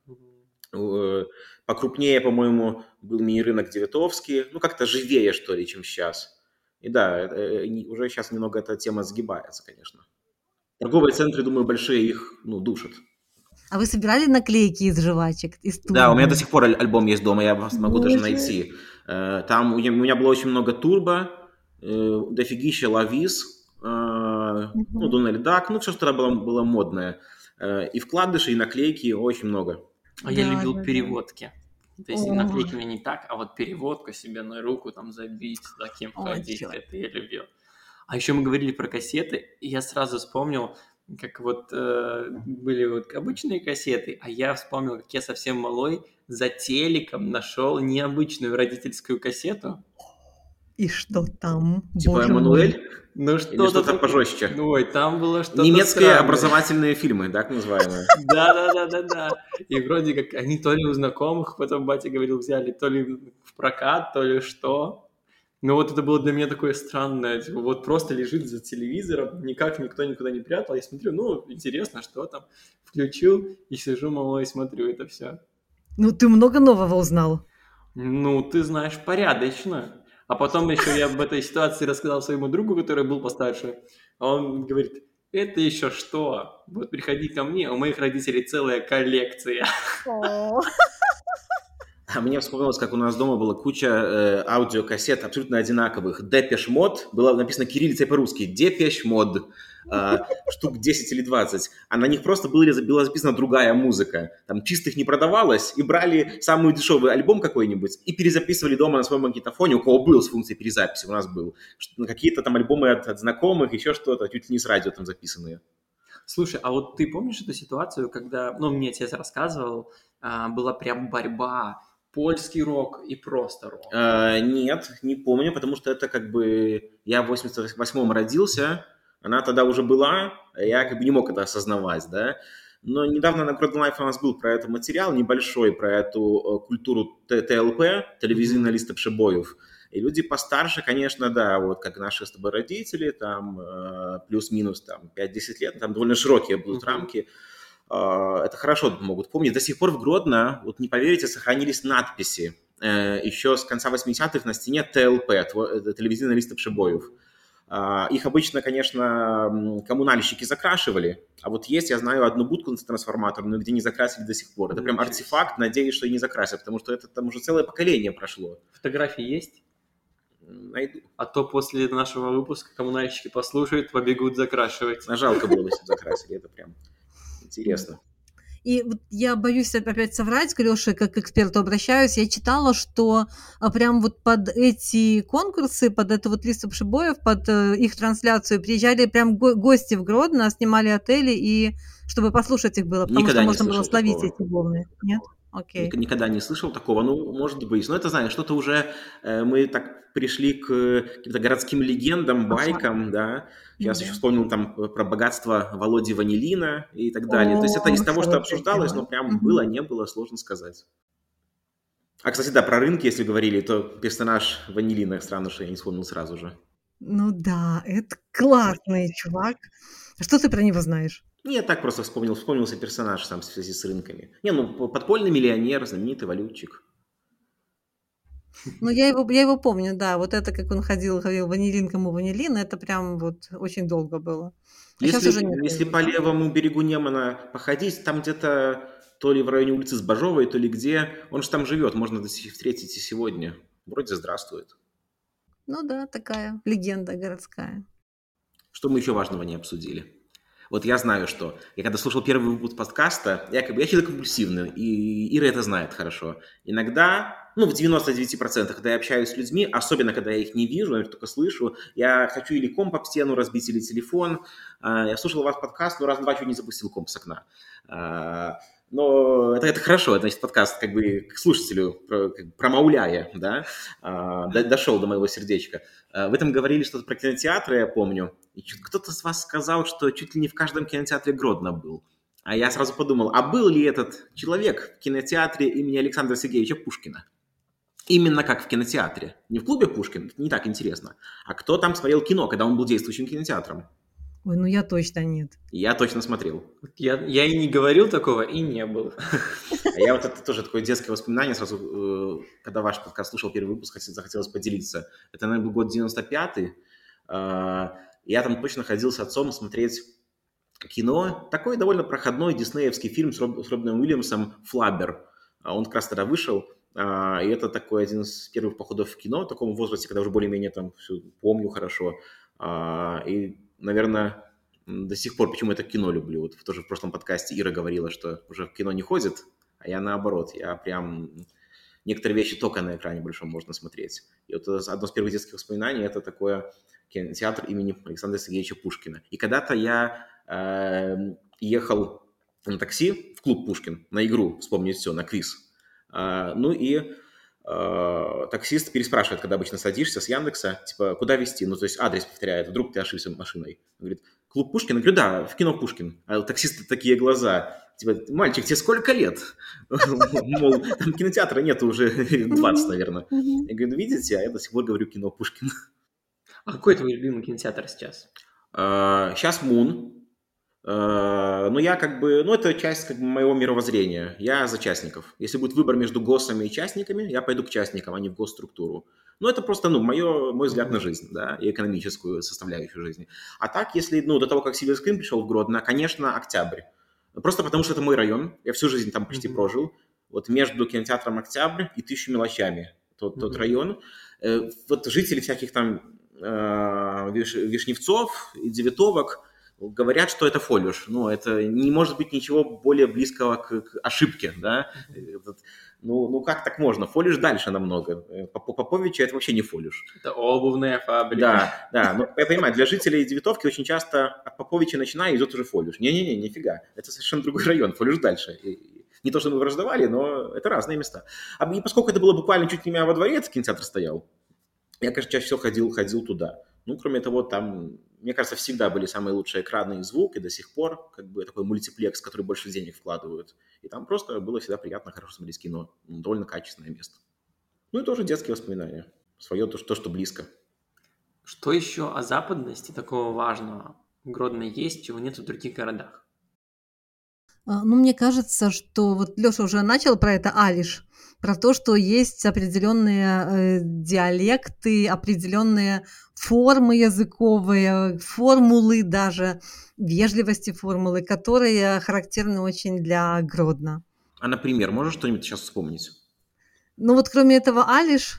Покрупнее, по-моему, был мини-рынок Девятовский, ну, как-то живее, что ли, чем сейчас. И да, уже сейчас немного эта тема сгибается, конечно. Торговые центры, думаю, большие их, ну, душат. А вы собирали наклейки из жвачек, из Да, у меня до Турбо? сих пор альбом есть дома, я могу даже Боже. найти. Там у меня было очень много Турбо, дофигища Лавис, ну, Мгм. Дональд Дак, ну, все, что тогда было модное. И вкладыши, и наклейки очень много. А я Да, любил да, да. переводки. То есть О, наклейки мне не так, а вот переводку себе на руку там забить, с таким ой, ходить, чёрт. это я любил. А еще мы говорили про кассеты, и я сразу вспомнил, как вот были вот обычные кассеты, а я вспомнил, как я совсем малой за телеком нашел необычную родительскую кассету. И что там? Типа Боже мой. Эммануэль Ну или что-то что-то такое. пожестче? Ой, там было что-то Немецкие странное. образовательные фильмы, так называемые. Да. И вроде как они то ли у знакомых, потом батя говорил, взяли, то ли в прокат, то ли что. Но вот это было для меня такое странное, типа, вот просто лежит за телевизором, никак никто никуда не прятал. Я смотрю, ну, интересно, что там. Включил и сижу малой и смотрю это все. Ну, ты много нового узнал. Ну, ты знаешь, порядочно. А потом еще я об этой ситуации рассказал своему другу, который был постарше. А он говорит, это еще что? Вот приходи ко мне, у моих родителей целая коллекция. О. А мне вспомнилось, как у нас дома была куча аудиокассет абсолютно одинаковых. Депеш Мод, было написано кириллицей по-русски. Депеш Мод. Штук 10 или 20. А на них просто была записана другая музыка. Там чистых не продавалось, и брали самый дешевый альбом какой-нибудь и перезаписывали дома на своем магнитофоне, у кого был с функцией перезаписи, у нас был. Какие-то там альбомы от знакомых, еще что-то, чуть ли не с радио там записанные. Слушай, а вот ты помнишь эту ситуацию, когда, ну, мне отец рассказывал, была прям борьба, польский рок и просто рок? Нет, не помню, потому что это как бы... Я в 88-м родился, она тогда уже была, я как бы не мог это осознавать, да. Но недавно на Grodno Life у нас был про это материал небольшой, про эту культуру ТЛП, телевизионная листа пшебоев. И люди постарше, конечно, да, вот как наши с тобой родители, там плюс-минус там 5-10 лет, там довольно широкие будут рамки. Это хорошо могут помнить. До сих пор в Гродно, вот не поверите, сохранились надписи еще с конца 80-х на стене ТЛП, телевизионная листа пшебоев. Их обычно, конечно, коммунальщики закрашивали, а вот есть, я знаю, одну будку трансформаторную, где не закрасили до сих пор. Это прям артефакт, надеюсь, что и не закрасят, потому что это там уже целое поколение прошло. Фотографии есть? Найду. А то после нашего выпуска коммунальщики послушают, побегут закрашивать. Жалко было бы, если бы закрасили, это прям интересно. И вот я боюсь опять соврать, к Лёше как к эксперту обращаюсь. Я читала, что прям вот под эти конкурсы, под эту вот листу пшебоев, под их трансляцию приезжали прям гости в Гродно, снимали отели, и чтобы послушать их было, потому Никогда что не можно было слышал словить такого. эти волны. Нет? Окей. Никогда не слышал такого, ну, может быть. Но это, знаешь, что-то уже мы так пришли к каким-то городским легендам, байкам, да. Сейчас еще вспомнил там про богатство Володи Ванилина и так далее. То есть это из того, что Хорошая обсуждалось, тема. но прям было, не было, сложно сказать. А, кстати, да, про рынки, если говорили, то персонаж Ванилина, странно, что я не вспомнил сразу же. Ну да, это классный чувак. Что ты про него знаешь? Я так просто вспомнился персонаж сам в связи с рынками. Не, ну, подпольный миллионер, знаменитый валютчик. Ну, я его помню, да. Вот это, как он ходил, говорил: "Ванилин, кому ванилин", это прям вот очень долго было. А сейчас уже нет Если его, по да? левому берегу Немана походить, там где-то то ли в районе улицы Сбажовой, то ли где, он же там живет, можно встретить и сегодня. Вроде здравствует. Ну да, такая легенда городская. Что мы еще важного не обсудили? Вот я знаю, что я когда слушал первый выпуск подкаста, я человек компульсивный, и Ира это знает хорошо. Иногда, в 99%, когда я общаюсь с людьми, особенно когда я их не вижу, я их только слышу, я хочу или комп об стену разбить, или телефон. Я слушал у вас подкаст, но раз два чуть не запустил комп с окна. Но это хорошо, это значит подкаст как бы к слушателю, промауляя, да, дошел до моего сердечка. Вы там говорили что-то про кинотеатры, я помню, и кто-то из вас сказал, что чуть ли не в каждом кинотеатре Гродно был. А я сразу подумал, а был ли этот человек в кинотеатре имени Александра Сергеевича Пушкина? Именно как в кинотеатре. Не в клубе Пушкин, не так интересно. А кто там смотрел кино, когда он был действующим кинотеатром? Ой, ну я точно нет. Я точно смотрел. Я и не говорил такого, и не был. А я вот это тоже такое детское воспоминание сразу, когда ваш подкаст слушал первый выпуск, захотелось поделиться. Это, наверное, был год 95-й. Я там точно ходил с отцом смотреть кино. Такой довольно проходной диснеевский фильм с Робином Уильямсом «Флаббер». Он как раз тогда вышел. И это такой один из первых походов в кино в таком возрасте, когда уже более-менее там все помню хорошо. И, наверное, до сих пор, почему я это кино люблю. Вот тоже в прошлом подкасте Ира говорила, что уже в кино не ходит, а я наоборот. Я прям... Некоторые вещи только на экране большом можно смотреть. И вот одно из первых детских воспоминаний – это такое кинотеатр имени Александра Сергеевича Пушкина. И когда-то я ехал на такси в клуб «Пушкин» на игру «Вспомнить все», на квиз. Таксист переспрашивает, когда обычно садишься с Яндекса, типа, куда везти? То есть адрес повторяет, вдруг ты ошибся машиной. Он говорит, клуб Пушкин? Я говорю, да, в кино Пушкин. А у таксиста такие глаза, типа, мальчик, тебе сколько лет? Мол, там кинотеатра нет уже 20, наверное. Я говорю, видите, а я до сих пор говорю кино Пушкин. А какой твой любимый кинотеатр сейчас? Сейчас Мун. Но я это часть моего мировоззрения. Я за частников. Если будет выбор между ГОСами и частниками, я пойду к частникам, а не в госструктуру. Это просто, мой взгляд на жизнь, да, и экономическую составляющую жизни. А так, если, до того, как Silver Screen пришел в Гродно, конечно, Октябрь. Просто потому, что это мой район. Я всю жизнь там почти прожил. Вот между кинотеатром Октябрь и «Тысячу мелочами». Тот район. Вот жители всяких там Вишневцов и Девятовок говорят, что это фолиуш. Это не может быть ничего более близкого к ошибке, да. Как так можно? Фолиуш дальше намного. Поповича это вообще не фолиуш. Это обувная фабрика. Да. Я понимаю, для жителей Девятовки очень часто от Поповича начиная идет уже фолиуш. Не-не-не, нифига. Это совершенно другой район. Фолиуш дальше. Не то, что мы враждовали, но это разные места. И поскольку это было буквально чуть не у меня во дворе, этот кинотеатр стоял, я, конечно, чаще всего ходил туда. Кроме того, там, мне кажется, всегда были самые лучшие экраны и звук, и до сих пор такой мультиплекс, который больше денег вкладывают. И там просто было всегда приятно, хорошо смотреть кино. Довольно качественное место. И тоже детские воспоминания. Свое то, что близко. Что еще о западности такого важного в Гродно есть, чего нет в других городах? Мне кажется, что вот Лёша уже начал про это, Алиш, про то, что есть определенные диалекты, определенные формы языковые, формулы даже, вежливости формулы, которые характерны очень для Гродно. А, например, можешь что-нибудь сейчас вспомнить? Вот кроме этого, Алиш,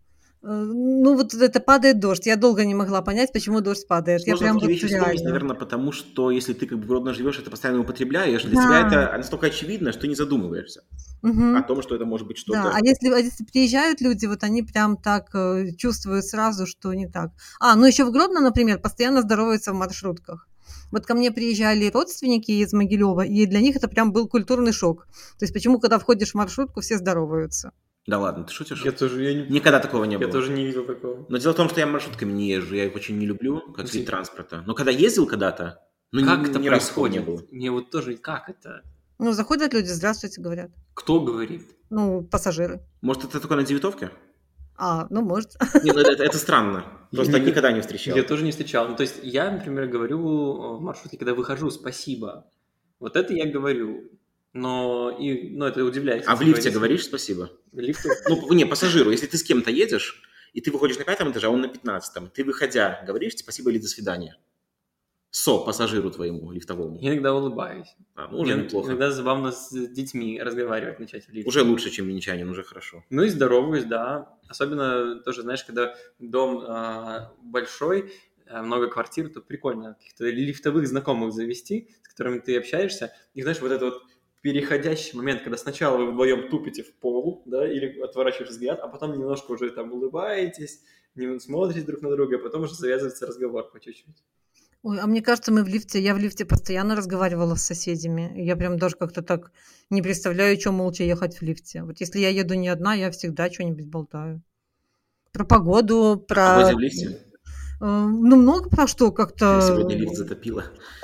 вот это падает дождь. Я долго не могла понять, почему дождь падает. Сложно Я прям такие вещи вспомнить, реально. наверное, потому что если ты в Гродно живешь, это постоянно употребляешь, для тебя это настолько очевидно, что не задумываешься о том, что это может быть что-то. Да, а если приезжают люди, вот они прям так чувствуют сразу, что не так. Еще в Гродно, например, постоянно здороваются в маршрутках. Вот ко мне приезжали родственники из Могилева, и для них это прям был культурный шок. То есть почему, когда входишь в маршрутку, все здороваются? Да ладно, ты шутишь? Я Никогда такого не было. Я тоже не видел такого. Но дело в том, что я маршрутками не езжу, я их очень не люблю, как вид транспорта. Но когда ездил когда-то, как это ни разу такого не происходит? было. Мне вот тоже, как это? Заходят люди, здравствуйте, говорят. Кто говорит? Пассажиры. Может, это только на Девятовке? Может. Нет, это странно. Просто никогда не встречал. Я тоже не встречал. То есть я, например, говорю в маршрутке, когда выхожу, спасибо. Вот это я говорю. Но это удивляет. А в лифте говоришь спасибо? В лифте? Пассажиру. Если ты с кем-то едешь, и ты выходишь на 5-м этаже, а он на 15-м, ты, выходя, говоришь спасибо или до свидания? Со-пассажиру твоему лифтовому. Я иногда улыбаюсь. Ну, уже неплохо. Иногда забавно с детьми разговаривать начать в лифте. Уже лучше, чем минчанин, уже хорошо. Ну и здороваюсь, да. Особенно тоже, знаешь, когда дом большой, много квартир, то прикольно каких-то лифтовых знакомых завести, с которыми ты общаешься. И знаешь, вот этот вот переходящий момент, когда сначала вы вдвоем тупите в пол, да, или отворачиваешь взгляд, а потом немножко уже там улыбаетесь, смотрите друг на друга, а потом уже завязывается разговор по чуть-чуть. Ой, а мне кажется, я в лифте постоянно разговаривала с соседями. Я прям даже как-то так не представляю, что молча ехать в лифте. Вот если я еду не одна, я всегда что-нибудь болтаю. Про погоду, А возле в лифте? Ну, много про что как-то... Сегодня лифт затопило.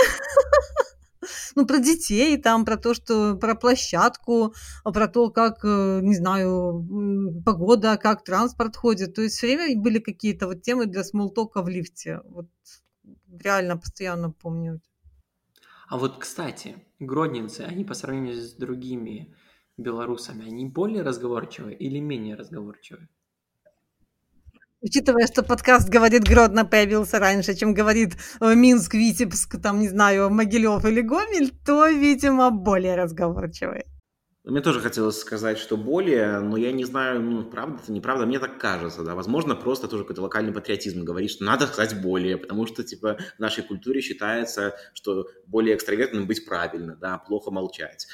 Ну, про детей, там, про то, что... Про площадку, про то, как, не знаю, погода, как транспорт ходит. То есть все время были какие-то вот темы для смолтока в лифте. Вот реально постоянно помню. А вот, кстати, гродненцы, они по сравнению с другими белорусами, они более разговорчивые или менее разговорчивые? Учитывая, что подкаст «Говорит Гродно» появился раньше, чем говорит Минск, Витебск, там, не знаю, Могилев или Гомель, то, видимо, более разговорчивые. Мне тоже хотелось сказать, что более, но я не знаю, правда это, неправда, мне так кажется, да. Возможно, просто тоже какой-то локальный патриотизм говорит, что надо сказать более, потому что, типа, в нашей культуре считается, что более экстравертным быть правильно, да, плохо молчать.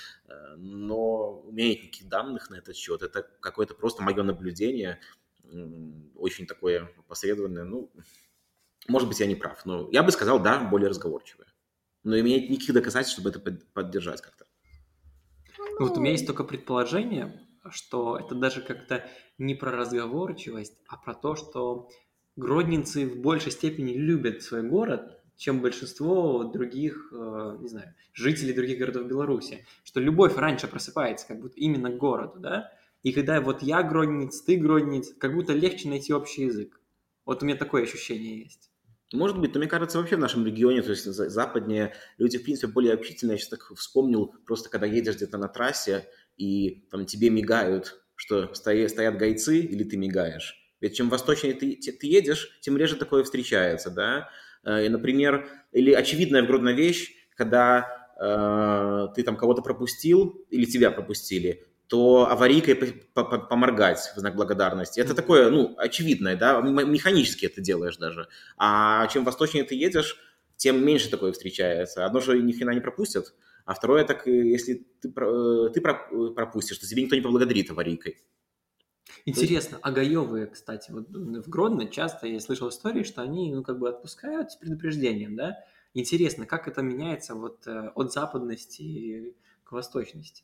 Но у меня нет никаких данных на этот счет, это какое-то просто мое наблюдение, очень такое опосредованное, может быть, я не прав, но я бы сказал, да, более разговорчивое. Но у меня нет никаких доказательств, чтобы это поддержать как-то. Вот у меня есть только предположение, что это даже как-то не про разговорчивость, а про то, что гродненцы в большей степени любят свой город, чем большинство других, не знаю, жителей других городов Беларуси. Что любовь раньше просыпается как будто именно к городу, да? И когда вот я гроднец, ты гроднец, как будто легче найти общий язык. Вот у меня такое ощущение есть. Может быть, но мне кажется, вообще в нашем регионе, то есть западнее, люди, в принципе, более общительные. Я сейчас так вспомнил, просто когда едешь где-то на трассе, и там тебе мигают, что стоят гайцы, или ты мигаешь. Ведь чем восточнее ты едешь, тем реже такое встречается, да. И, например, или очевидная в Гродно вещь, когда ты там кого-то пропустил, или тебя пропустили, то аварийкой поморгать в знак благодарности. Это такое, очевидное, да, механически это делаешь даже. А чем восточнее ты едешь, тем меньше такое встречается. Одно же ни хрена не пропустят, а второе, так если ты пропустишь, то тебе никто не поблагодарит аварийкой. Интересно, а гаевые, кстати, вот в Гродно часто я слышал истории, что они, отпускают с предупреждением, да? Интересно, как это меняется вот от западности к восточности?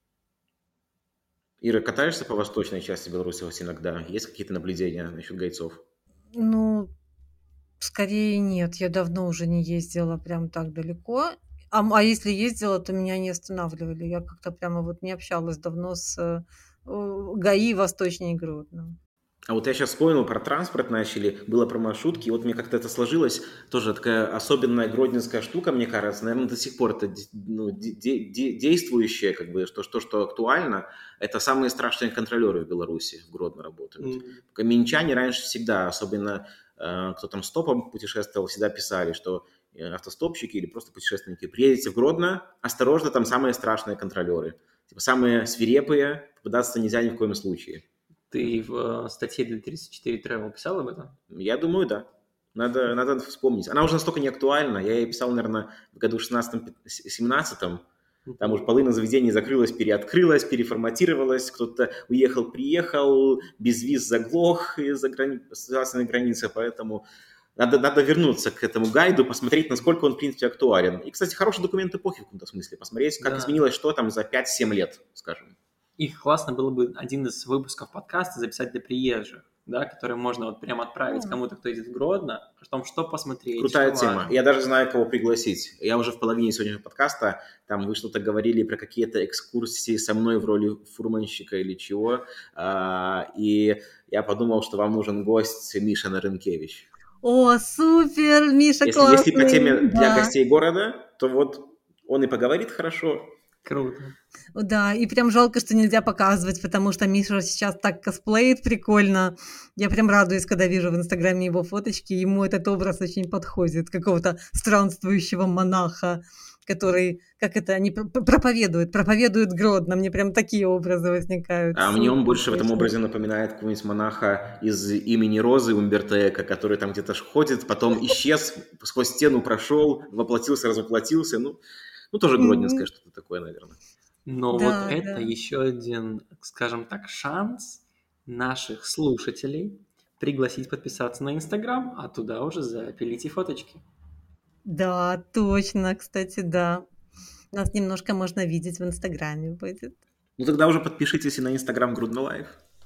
Ира, катаешься по восточной части Беларуси хоть иногда? Есть какие-то наблюдения насчет гайцов? Ну, скорее нет. Я давно уже не ездила прям так далеко. А если ездила, то меня не останавливали. Я как-то прямо вот не общалась давно с ГАИ восточнее Гродно. А вот я сейчас вспомнил, про транспорт начали, было про маршрутки, и вот мне как-то это сложилось, тоже такая особенная гродненская штука, мне кажется, наверное, до сих пор это действующее, как бы, что актуально, это самые страшные контролеры в Беларуси, в Гродно работают. Минчане раньше всегда, особенно кто там стопом путешествовал, всегда писали, что автостопщики или просто путешественники, приедете в Гродно, осторожно, там самые страшные контролеры, типа самые свирепые, попадаться нельзя ни в коем случае. Ты в статье для 34 Travel писал об этом? Я думаю, да. Надо вспомнить. Она уже настолько не актуальна. Я ее писал, наверное, в году 16-17. Там уже половина заведений закрылась, переоткрылась, переформатировалась. Кто-то уехал, приехал, без виз заглох из-за государственной границы. Поэтому надо вернуться к этому гайду, посмотреть, насколько он, в принципе, актуален. И, кстати, хороший документ эпохи в каком-то смысле. Посмотреть, как изменилось что там за 5-7 лет, скажем. И классно было бы один из выпусков подкаста записать для приезжих, да, который можно вот прямо отправить кому-то, кто едет в Гродно, о том, что посмотреть. Крутая что тема. важно. Я даже знаю, кого пригласить. Я уже в половине сегодняшнего подкаста, там вы что-то говорили про какие-то экскурсии со мной в роли фурманщика или чего, и я подумал, что вам нужен гость Миша Нарынкевич. О, супер, Миша классный. Если по теме для гостей города, то вот он и поговорит хорошо, Круто. Да, и прям жалко, что нельзя показывать, потому что Миша сейчас так косплеит прикольно. Я прям радуюсь, когда вижу в Инстаграме его фоточки. Ему этот образ очень подходит, какого-то странствующего монаха, который, как это, они проповедуют Гродно. Мне прям такие образы возникают. А мне он Супер, больше в этом точно. образе напоминает какого-нибудь монаха из «Имени Розы» Умберто Эко, который там где-то ходит, потом исчез, сквозь стену прошел, воплотился, развоплотился. Ну тоже гродненское что-то такое, наверное. Но вот Да, это да. еще один, скажем так, шанс наших слушателей пригласить подписаться на Инстаграм, а туда уже запилите фоточки. Да, точно, кстати, да. Нас немножко можно видеть в Инстаграме будет. Ну тогда уже подпишитесь и на Инстаграм Грудно Лайф.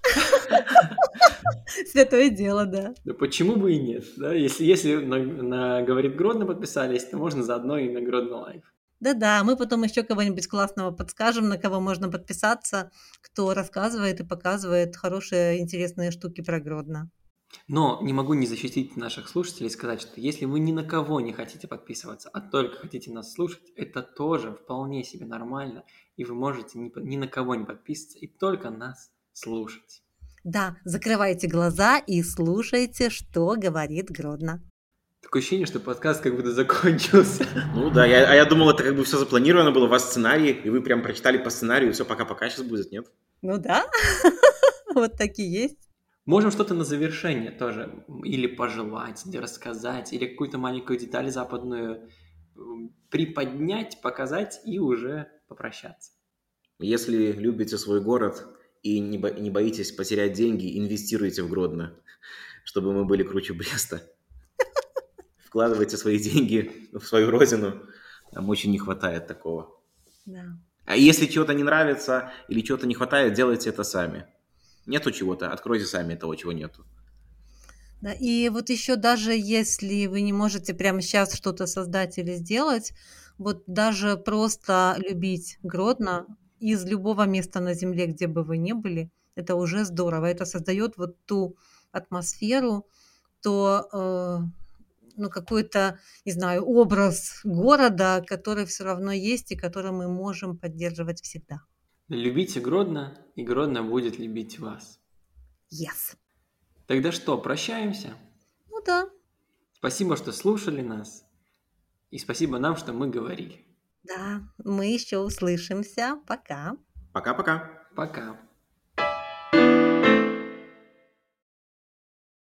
Святое дело, да. Да почему бы и нет? Да? Если на «Говорит Гродно» подписались, то можно заодно и на Гродно Лайф. Да-да, мы потом еще кого-нибудь классного подскажем, на кого можно подписаться, кто рассказывает и показывает хорошие, интересные штуки про Гродно. Но не могу не защитить наших слушателей и сказать, что если вы ни на кого не хотите подписываться, а только хотите нас слушать, это тоже вполне себе нормально, и вы можете ни на кого не подписываться и только нас слушать. Да, закрывайте глаза и слушайте, что говорит Гродно. Такое ощущение, что подкаст как будто закончился. Ну да, я думал, это как бы все запланировано было, у вас сценарий, и вы прям прочитали по сценарию, и все, пока-пока сейчас будет, нет? Ну да, вот так и есть. Можем что-то на завершение тоже или пожелать, или рассказать, или какую-то маленькую деталь западную приподнять, показать и уже попрощаться. Если любите свой город и не боитесь потерять деньги, инвестируйте в Гродно, чтобы мы были круче Бреста. Вкладывайте свои деньги в свою родину, нам очень не хватает такого. Да. А если чего-то не нравится или чего-то не хватает, делайте это сами. Нету чего-то, откройте сами того, чего нету. Да, и вот еще даже если вы не можете прямо сейчас что-то создать или сделать, вот даже просто любить Гродно из любого места на земле, где бы вы ни были, это уже здорово. Это создает вот ту атмосферу, ну, какой-то, не знаю, образ города, который все равно есть и который мы можем поддерживать всегда. Любите Гродно, и Гродно будет любить вас. Yes. Тогда что, прощаемся? Ну да. Спасибо, что слушали нас, и спасибо нам, что мы говорили. Да, мы еще услышимся. Пока. Пока-пока. Пока.